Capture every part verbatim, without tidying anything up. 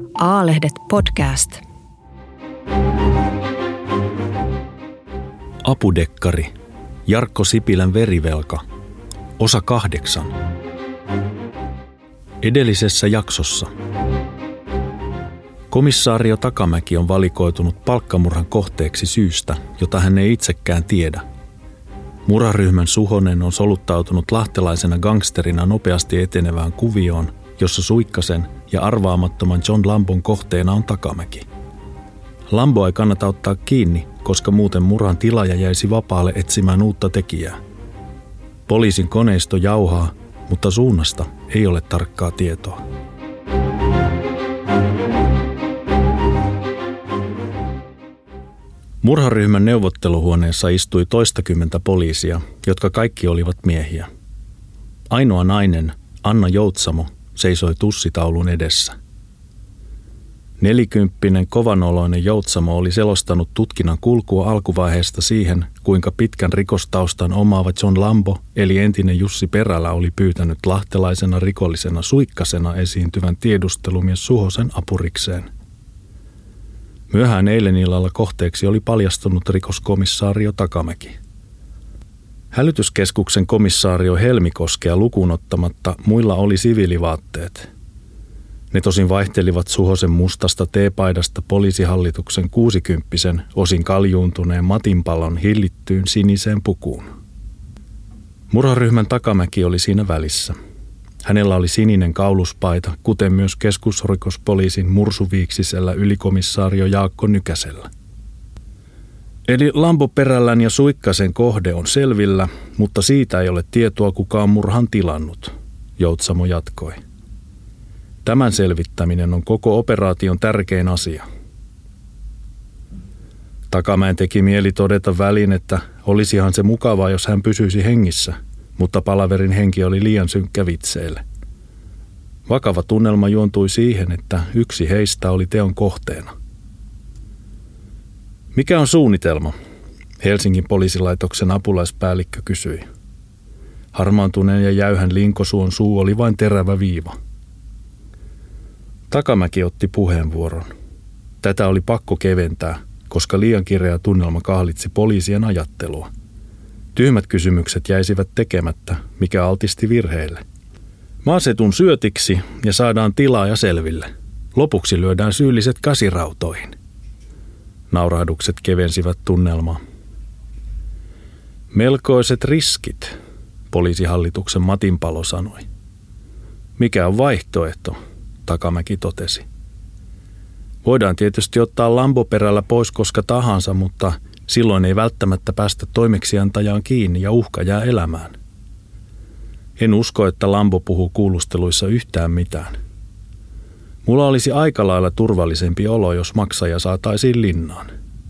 A-lehdet podcast. Apudekkari. Jarkko Sipilän verivelka. Osa kahdeksan. Edellisessä jaksossa. Komissaario Takamäki on valikoitunut palkkamurhan kohteeksi syystä, jota hän ei itsekään tiedä. Murharyhmän Suhonen on soluttautunut lahtelaisena gangsterina nopeasti etenevään kuvioon, jossa Suikkasen ja arvaamattoman John Lambon kohteena on Takamäki. Lamboa ei kannata ottaa kiinni, koska muuten murhan tilaaja jäisi vapaalle etsimään uutta tekijää. Poliisin koneisto jauhaa, mutta suunnasta ei ole tarkkaa tietoa. Murharyhmän neuvotteluhuoneessa istui toistakymmentä poliisia, jotka kaikki olivat miehiä. Ainoa nainen, Anna Joutsamo, seisoi tussitaulun edessä. Nelikymppinen kovanoloinen Joutsamo oli selostanut tutkinnan kulkua alkuvaiheesta siihen, kuinka pitkän rikostaustan omaava John Lambo, eli entinen Jussi Perälä, oli pyytänyt lahtelaisena rikollisena Suikkasena esiintyvän tiedustelumies Suhosen apurikseen. Myöhään eilen illalla kohteeksi oli paljastunut rikoskomissaario Takamäki. Hälytyskeskuksen komissaario Helmikoskea lukuun ottamatta muilla oli siviilivaatteet. Ne tosin vaihtelivat Suhosen mustasta teepaidasta poliisihallituksen kuusikymppisen, osin kaljuuntuneen Matinpalon hillittyyn siniseen pukuun. Murharyhmän Takamäki oli siinä välissä. Hänellä oli sininen kauluspaita, kuten myös keskusrikospoliisin mursuviiksisellä ylikomissaario Jaakko Nykäsellä. Eli Lambo Perällän ja Suikkasen kohde on selvillä, mutta siitä ei ole tietoa, kuka on murhan tilannut, Joutsamo jatkoi. Tämän selvittäminen on koko operaation tärkein asia. Takamäen teki mieli todeta väliin, että olisihan se mukavaa, jos hän pysyisi hengissä, mutta palaverin henki oli liian synkkä vitseille. Vakava tunnelma juontui siihen, että yksi heistä oli teon kohteena. Mikä on suunnitelma? Helsingin poliisilaitoksen apulaispäällikkö kysyi. Harmaantuneen ja jäyhän linkosuon suu oli vain terävä viiva. Takamäki otti puheenvuoron. Tätä oli pakko keventää, koska liian kireä tunnelma kahlitsi poliisien ajattelua. Tyhmät kysymykset jäisivät tekemättä, mikä altisti virheille. Mä asetun syötiksi ja saadaan tilaa ja selville. Lopuksi lyödään syylliset käsirautoihin. Naurahdukset kevensivät tunnelmaa. Melkoiset riskit, poliisihallituksen Matinpalo sanoi. Mikä on vaihtoehto, Takamäki totesi. Voidaan tietysti ottaa Lambo Perällä pois koska tahansa, mutta silloin ei välttämättä päästä toimeksiantajaan kiinni ja uhka jää elämään. En usko, että Lambo puhuu kuulusteluissa yhtään mitään. Mulla olisi aika lailla turvallisempi olo, jos maksaja saataisiin linnaan.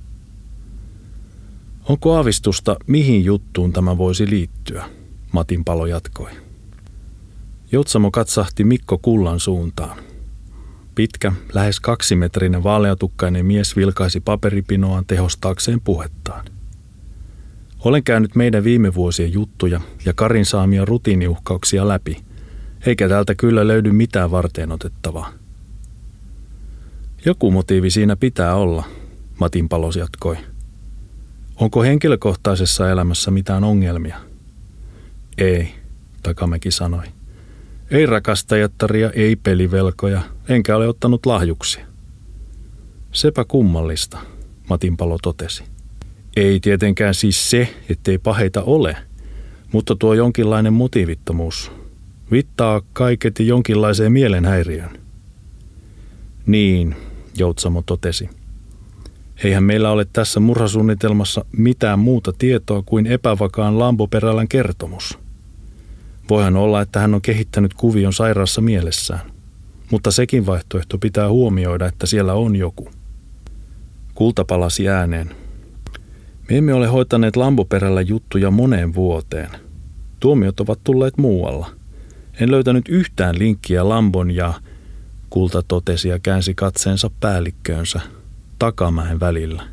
Onko aavistusta, mihin juttuun tämä voisi liittyä? Matinpalo jatkoi. Joutsamo katsahti Mikko Kullan suuntaan. Pitkä, lähes kaksimetrinen vaaleatukkainen mies vilkaisi paperipinoaan tehostaakseen puhettaan. Olen käynyt meidän viime vuosien juttuja ja Karin saamia rutiiniuhkauksia läpi, eikä täältä kyllä löydy mitään varteenotettavaa. Joku motiivi siinä pitää olla, Matinpalo jatkoi. Onko henkilökohtaisessa elämässä mitään ongelmia? Ei, Takamäki sanoi. Ei rakastajattaria, ei pelivelkoja, enkä ole ottanut lahjuksia. Sepä kummallista, Matinpalo totesi. Ei tietenkään siis se, ettei paheita ole, mutta tuo jonkinlainen motiivittomuus vittaa kaiketi jonkinlaiseen mielenhäiriöön. Niin, Joutsamo totesi. Eihän meillä ole tässä murhasuunnitelmassa mitään muuta tietoa kuin epävakaan Lambo Perällän kertomus. Voihan olla, että hän on kehittänyt kuvion sairaassa mielessään, mutta sekin vaihtoehto pitää huomioida, että siellä on joku. Kulta palasi ääneen. Me emme ole hoitaneet Lambo Perällä juttuja moneen vuoteen. Tuomiot ovat tulleet muualla. En löytänyt yhtään linkkiä Lambon ja, Kulta totesi ja käänsi katseensa päällikköönsä, Takamäen välillä.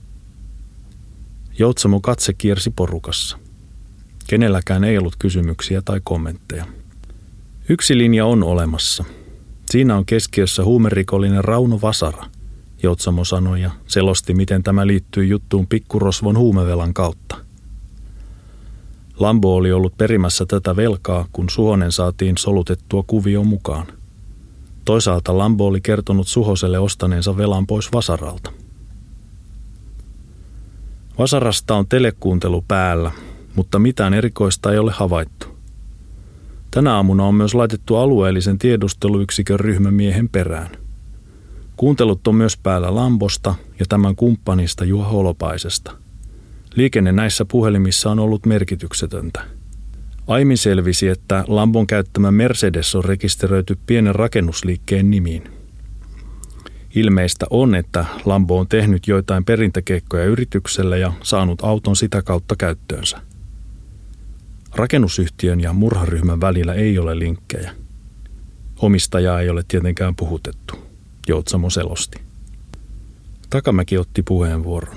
Joutsamo katse kiersi porukassa. Kenelläkään ei ollut kysymyksiä tai kommentteja. Yksi linja on olemassa. Siinä on keskiössä huumerikollinen Rauno Vasara, Joutsamo sanoi ja selosti, miten tämä liittyy juttuun pikkurosvon huumevelan kautta. Lambo oli ollut perimässä tätä velkaa, kun Suhonen saatiin solutettua kuvioon mukaan. Toisaalta Lambo oli kertonut Suhoselle ostaneensa velan pois Vasaralta. Vasarasta on telekuuntelu päällä, mutta mitään erikoista ei ole havaittu. Tänä aamuna on myös laitettu alueellisen tiedusteluyksikön ryhmämiehen perään. Kuuntelut on myös päällä Lambosta ja tämän kumppanista Juha Holopaisesta. Liikenne näissä puhelimissa on ollut merkityksetöntä. Aiemmin selvisi, että Lambon käyttämä Mercedes on rekisteröity pienen rakennusliikkeen nimiin. Ilmeistä on, että Lambo on tehnyt joitain perintäkeikkoja yritykselle ja saanut auton sitä kautta käyttöönsä. Rakennusyhtiön ja murharyhmän välillä ei ole linkkejä. Omistajaa ei ole tietenkään puhutettu, Joutsamo selosti. Takamäki otti puheenvuoron.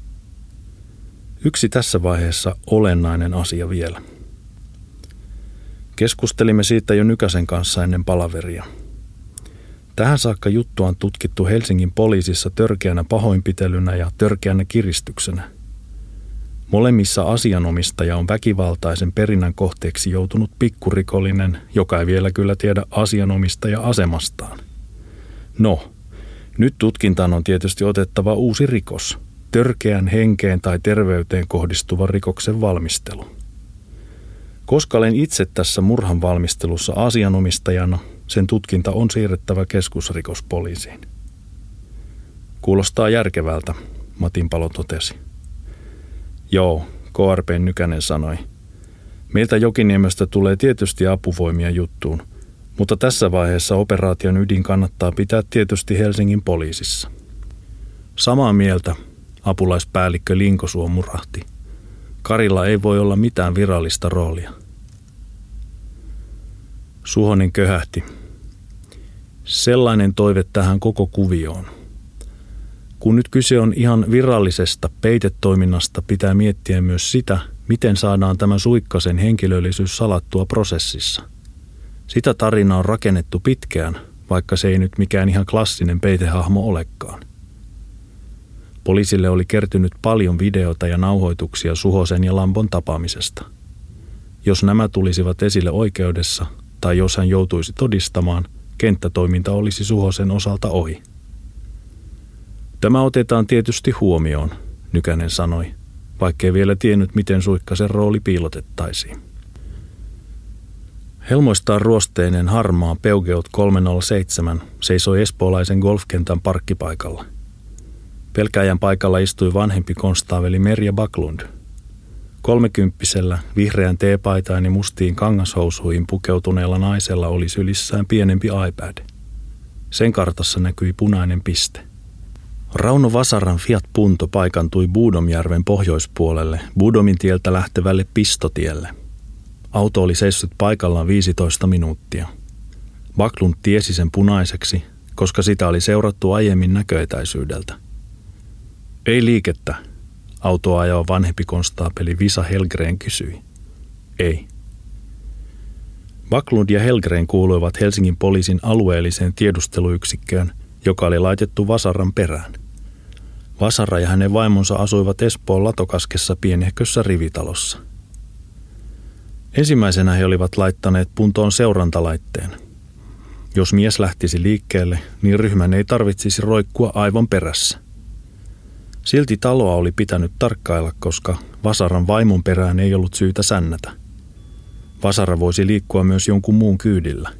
Yksi tässä vaiheessa olennainen asia vielä. Keskustelimme siitä jo Nykäsen kanssa ennen palaveria. Tähän saakka juttua on tutkittu Helsingin poliisissa törkeänä pahoinpitelynä ja törkeänä kiristyksenä. Molemmissa asianomistaja on väkivaltaisen perinnän kohteeksi joutunut pikkurikollinen, joka ei vielä kyllä tiedä asianomistaja asemastaan. No, nyt tutkintaan on tietysti otettava uusi rikos, törkeän henkeen tai terveyteen kohdistuva rikoksen valmistelu. Koska olen itse tässä murhan valmistelussa asianomistajana, sen tutkinta on siirrettävä keskusrikospoliisiin. Kuulostaa järkevältä, Matinpalo totesi. Joo, K R P:n Nykänen sanoi. Meiltä Jokiniemestä tulee tietysti apuvoimia juttuun, mutta tässä vaiheessa operaation ydin kannattaa pitää tietysti Helsingin poliisissa. Samaa mieltä apulaispäällikkö Linkosuo murahti. Karilla ei voi olla mitään virallista roolia. Suhonen köhähti. Sellainen toive tähän koko kuvioon. Kun nyt kyse on ihan virallisesta peitetoiminnasta, pitää miettiä myös sitä, miten saadaan tämä Suikkasen henkilöllisyys salattua prosessissa. Sitä tarinaa on rakennettu pitkään, vaikka se ei nyt mikään ihan klassinen peitehahmo olekaan. Poliisille oli kertynyt paljon videota ja nauhoituksia Suhosen ja Lambon tapaamisesta. Jos nämä tulisivat esille oikeudessa, tai jos hän joutuisi todistamaan, kenttätoiminta olisi Suhosen osalta ohi. Tämä otetaan tietysti huomioon, Nykänen sanoi, vaikkei vielä tiennyt, miten Suikkasen rooli piilotettaisiin. Helmoistaan ruosteinen harmaa Peugeot kolmesataaseitsemän seisoi espoolaisen golfkentän parkkipaikalla. Pelkääjän paikalla istui vanhempi konstaaveli Merja Backlund. Kolmekymppisellä vihreän teepaitaan ja mustiin kangashousuihin pukeutuneella naisella oli sylissään pienempi iPad. Sen kartassa näkyi punainen piste. Rauno Vasaran Fiat Punto paikantui Buudomjärven pohjoispuolelle Buudomin tieltä lähtevälle Pistotielle. Auto oli seissyt paikallaan viisitoista minuuttia. Backlund tiesi sen punaiseksi, koska sitä oli seurattu aiemmin näköetäisyydeltä. Ei liikettä, autoa ajava vanhempi konstaapeli Visa Helgren kysyi. Ei. Backlund ja Helgren kuuluivat Helsingin poliisin alueelliseen tiedusteluyksikköön, joka oli laitettu Vasaran perään. Vasara ja hänen vaimonsa asuivat Espoon Latokaskessa pienehkössä rivitalossa. Ensimmäisenä he olivat laittaneet Puntoon seurantalaitteen. Jos mies lähtisi liikkeelle, niin ryhmän ei tarvitsisi roikkua aivan perässä. Silti taloa oli pitänyt tarkkailla, koska Vasaran vaimon perään ei ollut syytä sännätä. Vasara voisi liikkua myös jonkun muun kyydillä.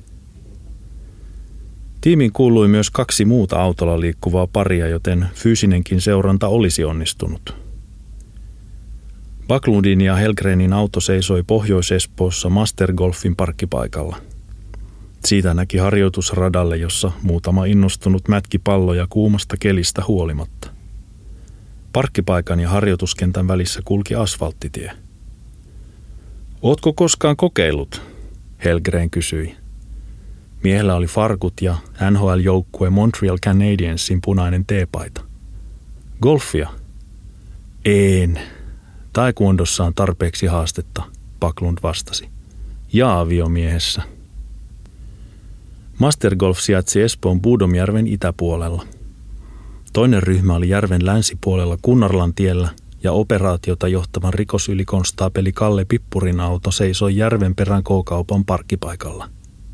Tiimiin kuului myös kaksi muuta autolla liikkuvaa paria, joten fyysinenkin seuranta olisi onnistunut. Backlundin ja Helgrenin auto seisoi Pohjois-Espoossa Mastergolfin parkkipaikalla. Siitä näki harjoitusradalle, jossa muutama innostunut mätki palloja kuumasta kelistä huolimatta. Parkkipaikan ja harjoituskentän välissä kulki asfalttitie. Ootko koskaan kokeillut? Helgren kysyi. Miehellä oli farkut ja N H L-joukkue Montreal Canadiensin punainen teepaita. Golfia? En. Taekwondossa on tarpeeksi haastetta, Backlund vastasi. Ja aviomiehessä. Mastergolf sijaitsi Espoon Buudomjärven itäpuolella. Toinen ryhmä oli järven länsipuolella Kunnarlan tiellä ja operaatiota johtavan rikosylikonstaapeli Kalle Pippurin auto seisoi järvenperän K-kaupan parkkipaikalla.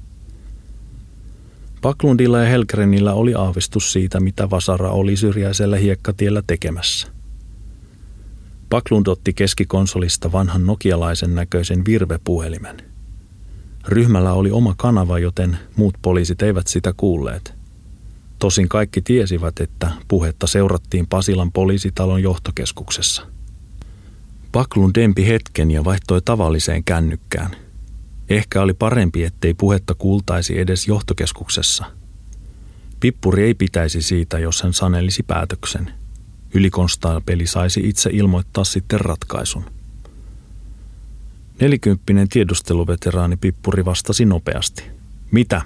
Backlundilla ja Hellgrenillä oli aavistus siitä, mitä Vasara oli syrjäisellä hiekkatiellä tekemässä. Backlund otti keskikonsolista vanhan nokialaisen näköisen virvepuhelimen. Ryhmällä oli oma kanava, joten muut poliisit eivät sitä kuulleet. Tosin kaikki tiesivät, että puhetta seurattiin Pasilan poliisitalon johtokeskuksessa. Backlund dempi hetken ja vaihtoi tavalliseen kännykkään. Ehkä oli parempi, ettei puhetta kuultaisi edes johtokeskuksessa. Pippuri ei pitäisi siitä, jos hän sanelisi päätöksen. Ylikonstaapeli saisi itse ilmoittaa sitten ratkaisun. Nelikymppinen tiedusteluveteraani Pippuri vastasi nopeasti. Mitä?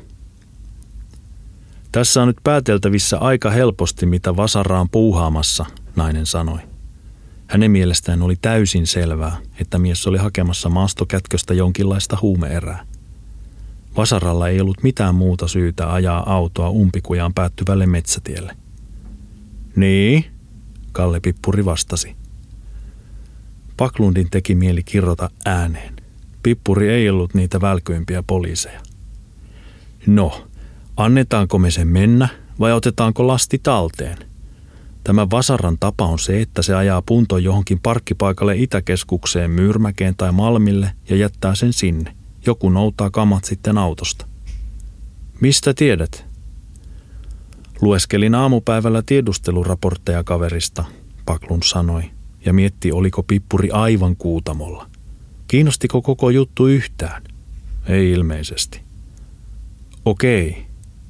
Tässä on nyt pääteltävissä aika helposti, mitä Vasara on puuhaamassa, nainen sanoi. Hänen mielestään oli täysin selvää, että mies oli hakemassa maastokätköstä jonkinlaista huumeerää. Vasaralla ei ollut mitään muuta syytä ajaa autoa umpikujaan päättyvälle metsätielle. Niin, Kalle Pippuri vastasi. Backlundin teki mieli kirrota ääneen. Pippuri ei ollut niitä välkyimpiä poliiseja. No, annetaanko me sen mennä vai otetaanko lasti talteen? Tämä Vasaran tapa on se, että se ajaa puntoon johonkin parkkipaikalle Itäkeskukseen, Myyrmäkeen tai Malmille ja jättää sen sinne. Joku noutaa kamat sitten autosta. Mistä tiedät? Lueskelin aamupäivällä tiedusteluraportteja kaverista, Backlund sanoi, ja mietti, oliko Pippuri aivan kuutamolla. Kiinnostiko koko juttu yhtään? Ei ilmeisesti. Okei.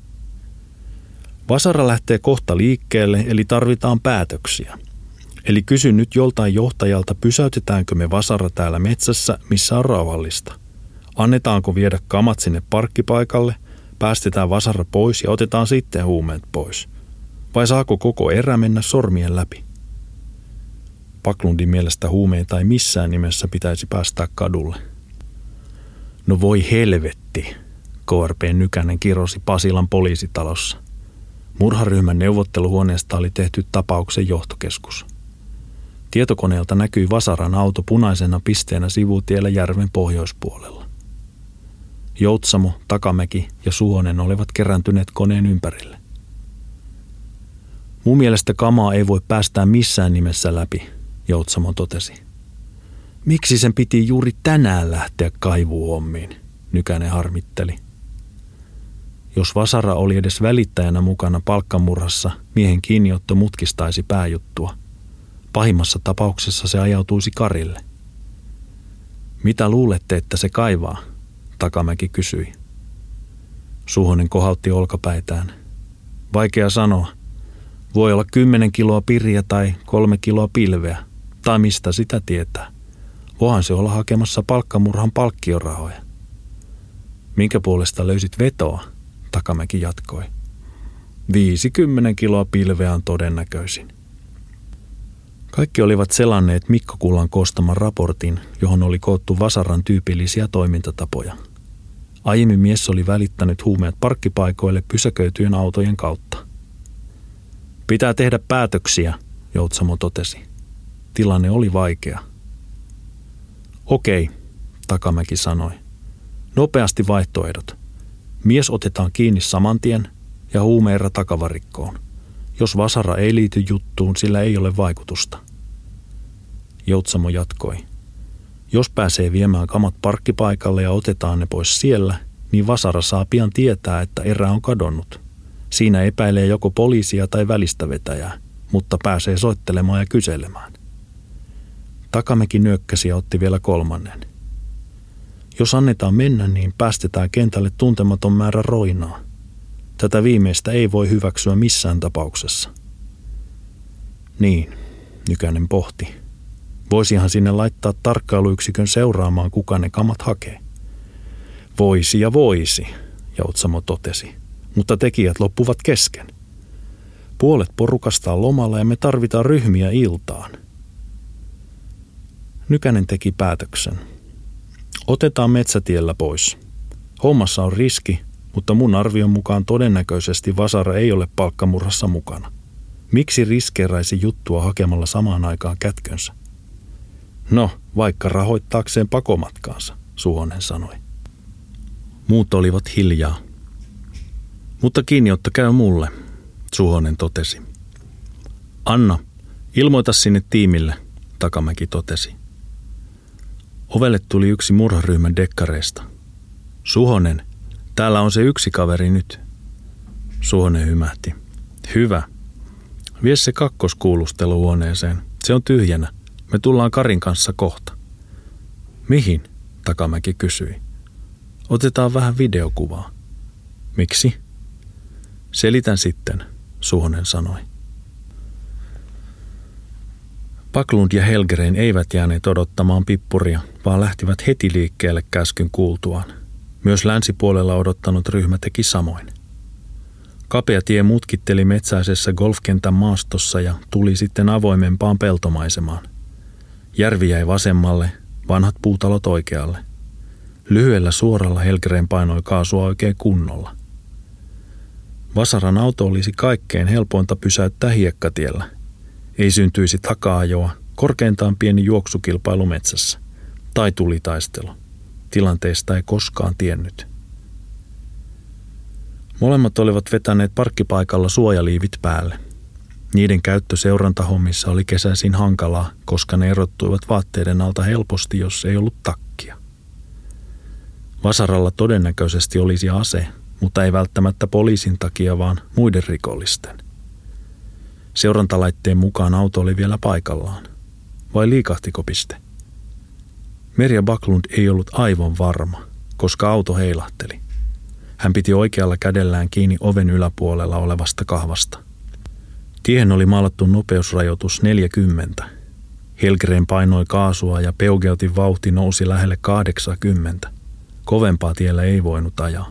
Vasara lähtee kohta liikkeelle, eli tarvitaan päätöksiä. Eli kysyn nyt joltain johtajalta, pysäytetäänkö me Vasara täällä metsässä, missä on rauhallista. Annetaanko viedä kamat sinne parkkipaikalle, päästetään Vasara pois ja otetaan sitten huumeet pois. Vai saako koko erä mennä sormien läpi? Backlundin mielestä huumeita ei missään nimessä pitäisi päästää kadulle. No voi helvetti, K R P Nykänen kirosi Pasilan poliisitalossa. Murharyhmän neuvotteluhuoneesta oli tehty tapauksen johtokeskus. Tietokoneelta näkyi Vasaran auto punaisena pisteenä sivutiellä järven pohjoispuolella. Joutsamo, Takamäki ja Suhonen olivat kerääntyneet koneen ympärille. Mun mielestä kamaa ei voi päästää missään nimessä läpi, Joutsamo totesi. Miksi sen piti juuri tänään lähteä kaivuuhommiin, Nykänen harmitteli. Jos Vasara oli edes välittäjänä mukana palkkamurhassa, miehen kiinniotto mutkistaisi pääjuttua. Pahimmassa tapauksessa se ajautuisi karille. Mitä luulette, että se kaivaa? Takamäki kysyi. Suhonen kohautti olkapäitään. Vaikea sanoa. Voi olla kymmenen kiloa piriä tai kolme kiloa pilveä. Tai mistä sitä tietää. Voihan se olla hakemassa palkkamurhan palkkiorahoja. Minkä puolesta löysit vetoa? Takamäki jatkoi. Viisikymmentä kiloa pilveä on todennäköisin. Kaikki olivat selanneet Mikko Kullan koostaman raportin, johon oli koottu Vasaran tyypillisiä toimintatapoja. Aiemmin mies oli välittänyt huumeet parkkipaikoille pysäköityjen autojen kautta. Pitää tehdä päätöksiä, Joutsamo totesi. Tilanne oli vaikea. Okei, Takamäki sanoi. Nopeasti vaihtoehdot. Mies otetaan kiinni saman tien ja huumeerä takavarikkoon. Jos Vasara ei liity juttuun, sillä ei ole vaikutusta. Joutsamo jatkoi. Jos pääsee viemään kamat parkkipaikalle ja otetaan ne pois siellä, niin Vasara saa pian tietää, että erä on kadonnut. Siinä epäilee joko poliisia tai välistävetäjää, mutta pääsee soittelemaan ja kyselemään. Takamäki nyökkäsi ja otti vielä kolmannen. Jos annetaan mennä, niin päästetään kentälle tuntematon määrä roinaa. Tätä viimeistä ei voi hyväksyä missään tapauksessa. Niin, Nykänen pohti. Voisihan sinne laittaa tarkkailuyksikön seuraamaan, kuka ne kamat hakee. Voisi ja voisi, Joutsamo totesi, mutta tekijät loppuvat kesken. Puolet porukasta on lomalla ja me tarvitaan ryhmiä iltaan. Nykänen teki päätöksen. Otetaan metsätiellä pois. Hommassa on riski, mutta mun arvion mukaan todennäköisesti Vasara ei ole palkkamurhassa mukana. Miksi riskeeraisi juttua hakemalla samaan aikaan kätkönsä? No, vaikka rahoittaakseen pakomatkaansa, Suhonen sanoi. Muut olivat hiljaa. Mutta kiinniotto käy mulle, Suhonen totesi. Anna, ilmoita sinne tiimille, Takamäki totesi. Ovelle tuli yksi murharyhmän dekkareista. Suhonen, täällä on se yksi kaveri nyt. Suhonen hymähti. Hyvä. Vie se kakkoskuulusteluhuoneeseen. Se on tyhjänä. Me tullaan Karin kanssa kohta. Mihin? Takamäki kysyi. Otetaan vähän videokuvaa. Miksi? Selitän sitten, Suhonen sanoi. Backlund ja Hellgren eivät jääneet odottamaan pippuria, vaan lähtivät heti liikkeelle käskyn kuultuaan. Myös länsipuolella odottanut ryhmä teki samoin. Kapea tie mutkitteli metsäisessä golfkentän maastossa ja tuli sitten avoimempaan peltomaisemaan. Järvi jäi vasemmalle, vanhat puutalot oikealle. Lyhyellä suoralla Hellgren painoi kaasua oikein kunnolla. Vasaran auto olisi kaikkein helpointa pysäyttää hiekkatiellä. Ei syntyisi taka-ajoa, korkeintaan pieni juoksukilpailu metsässä. Tai tulitaistelu. Tilanteesta ei koskaan tiennyt. Molemmat olivat vetäneet parkkipaikalla suojaliivit päälle. Niiden käyttö seurantahommissa oli kesäisin hankalaa, koska ne erottuivat vaatteiden alta helposti, jos ei ollut takkia. Vasaralla todennäköisesti olisi ase, mutta ei välttämättä poliisin takia, vaan muiden rikollisten. Seurantalaitteen mukaan auto oli vielä paikallaan. Vai liikahtiko piste? Merja Backlund ei ollut aivan varma, koska auto heilahteli. Hän piti oikealla kädellään kiinni oven yläpuolella olevasta kahvasta. Tiehen oli maalattu nopeusrajoitus neljäkymmentä. Hellgren painoi kaasua ja Peugeutin vauhti nousi lähelle kahdeksankymmentä. Kovempaa tiellä ei voinut ajaa.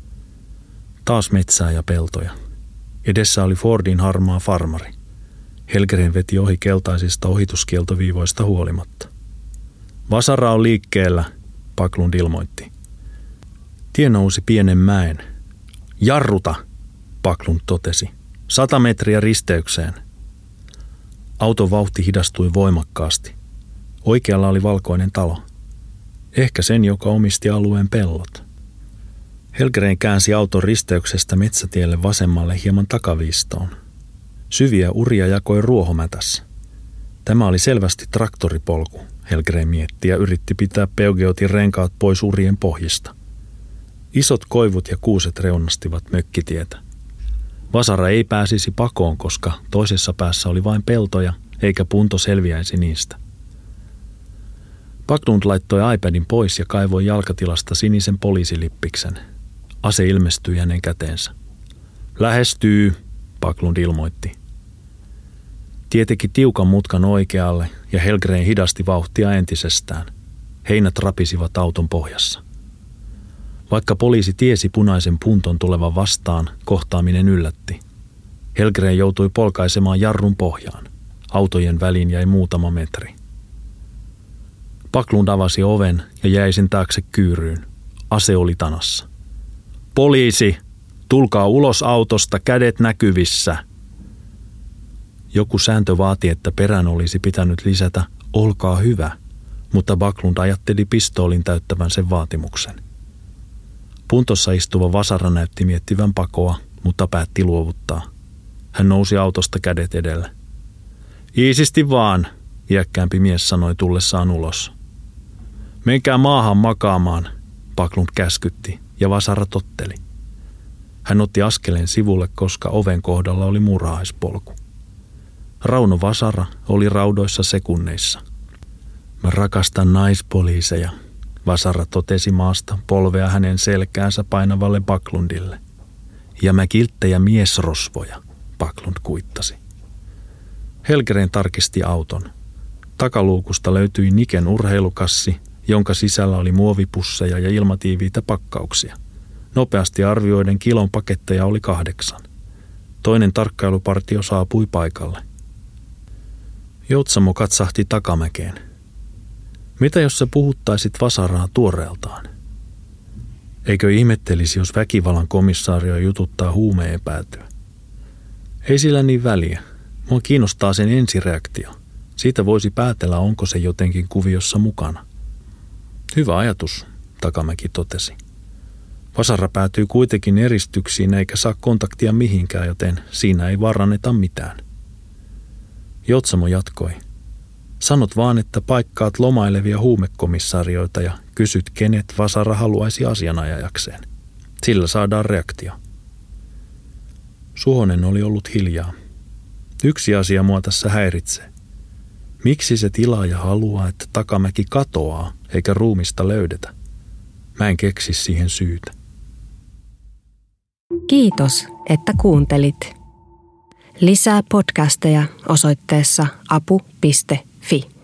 Taas metsää ja peltoja. Edessä oli Fordin harmaa farmari. Hellgren veti ohi keltaisista ohituskieltoviivoista huolimatta. Vasara on liikkeellä, Backlund ilmoitti. Tie nousi pienen mäen. Jarruta, Backlund totesi. Sata metriä risteykseen. Auton vauhti hidastui voimakkaasti. Oikealla oli valkoinen talo. Ehkä sen, joka omisti alueen pellot. Hellgren käänsi auton risteyksestä metsätielle vasemmalle hieman takaviistoon. Syviä uria jakoi ruohomätässä. Tämä oli selvästi traktoripolku, Hellgren mietti ja yritti pitää Peugeutin renkaat pois urien pohjista. Isot koivut ja kuuset reunastivat mökkitietä. Vasara ei pääsisi pakoon, koska toisessa päässä oli vain peltoja, eikä punto selviäisi niistä. Backlund laittoi iPadin pois ja kaivoi jalkatilasta sinisen poliisilippiksen. Ase ilmestyi hänen käteensä. Lähestyy, Backlund ilmoitti. Tie teki tiukan mutkan oikealle ja Hellgren hidasti vauhtia entisestään. Heinät rapisivat auton pohjassa. Vaikka poliisi tiesi punaisen punton tulevan vastaan, kohtaaminen yllätti. Hellgren joutui polkaisemaan jarrun pohjaan. Autojen väliin jäi muutama metri. Backlund avasi oven ja jäi sen taakse kyyryyn. Ase oli tanassa. Poliisi! Tulkaa ulos autosta, kädet näkyvissä! Joku sääntö vaati, että perään olisi pitänyt lisätä olkaa hyvä, mutta Backlund ajatteli pistoolin täyttävän sen vaatimuksen. Puntossa istuva Vasara näytti miettivän pakoa, mutta päätti luovuttaa. Hän nousi autosta kädet edellä. Iisisti vaan, iäkkäämpi mies sanoi tullessaan ulos. Menkää maahan makaamaan, Backlund käskytti ja Vasara totteli. Hän otti askeleen sivulle, koska oven kohdalla oli murhaispolku. Rauno Vasara oli raudoissa sekunneissa. Mä rakastan naispoliiseja, Vasara totesi maasta polvea hänen selkäänsä painavalle Backlundille. Ja mä kilttejä miesrosvoja, Backlund kuittasi. Hellgren tarkisti auton. Takaluukusta löytyi Niken urheilukassi, jonka sisällä oli muovipusseja ja ilmatiiviitä pakkauksia. Nopeasti arvioiden kilon paketteja oli kahdeksan. Toinen tarkkailupartio saapui paikalle. Joutsamo katsahti takamäkeen. Mitä jos sä puhuttaisit Vasaraa tuoreeltaan? Eikö ihmettelisi, jos väkivallan komissaario jututtaa huume-epäiltyä? Ei sillä niin väliä. Mua kiinnostaa sen ensireaktio. Siitä voisi päätellä, onko se jotenkin kuviossa mukana. Hyvä ajatus, Takamäki totesi. Vasara päätyy kuitenkin eristyksiin eikä saa kontaktia mihinkään, joten siinä ei varanneta mitään. Jotsamo jatkoi. Sanot vaan, että paikkaat lomailevia huumekomissarioita ja kysyt, kenet Vasara haluaisi asianajajakseen. Sillä saadaan reaktio. Suhonen oli ollut hiljaa. Yksi asia mua tässä häiritsee. Miksi se tilaaja haluaa, että Takamäki katoaa eikä ruumista löydetä? Mä en keksi siihen syytä. Kiitos, että kuuntelit. Lisää podcasteja osoitteessa apu piste fi.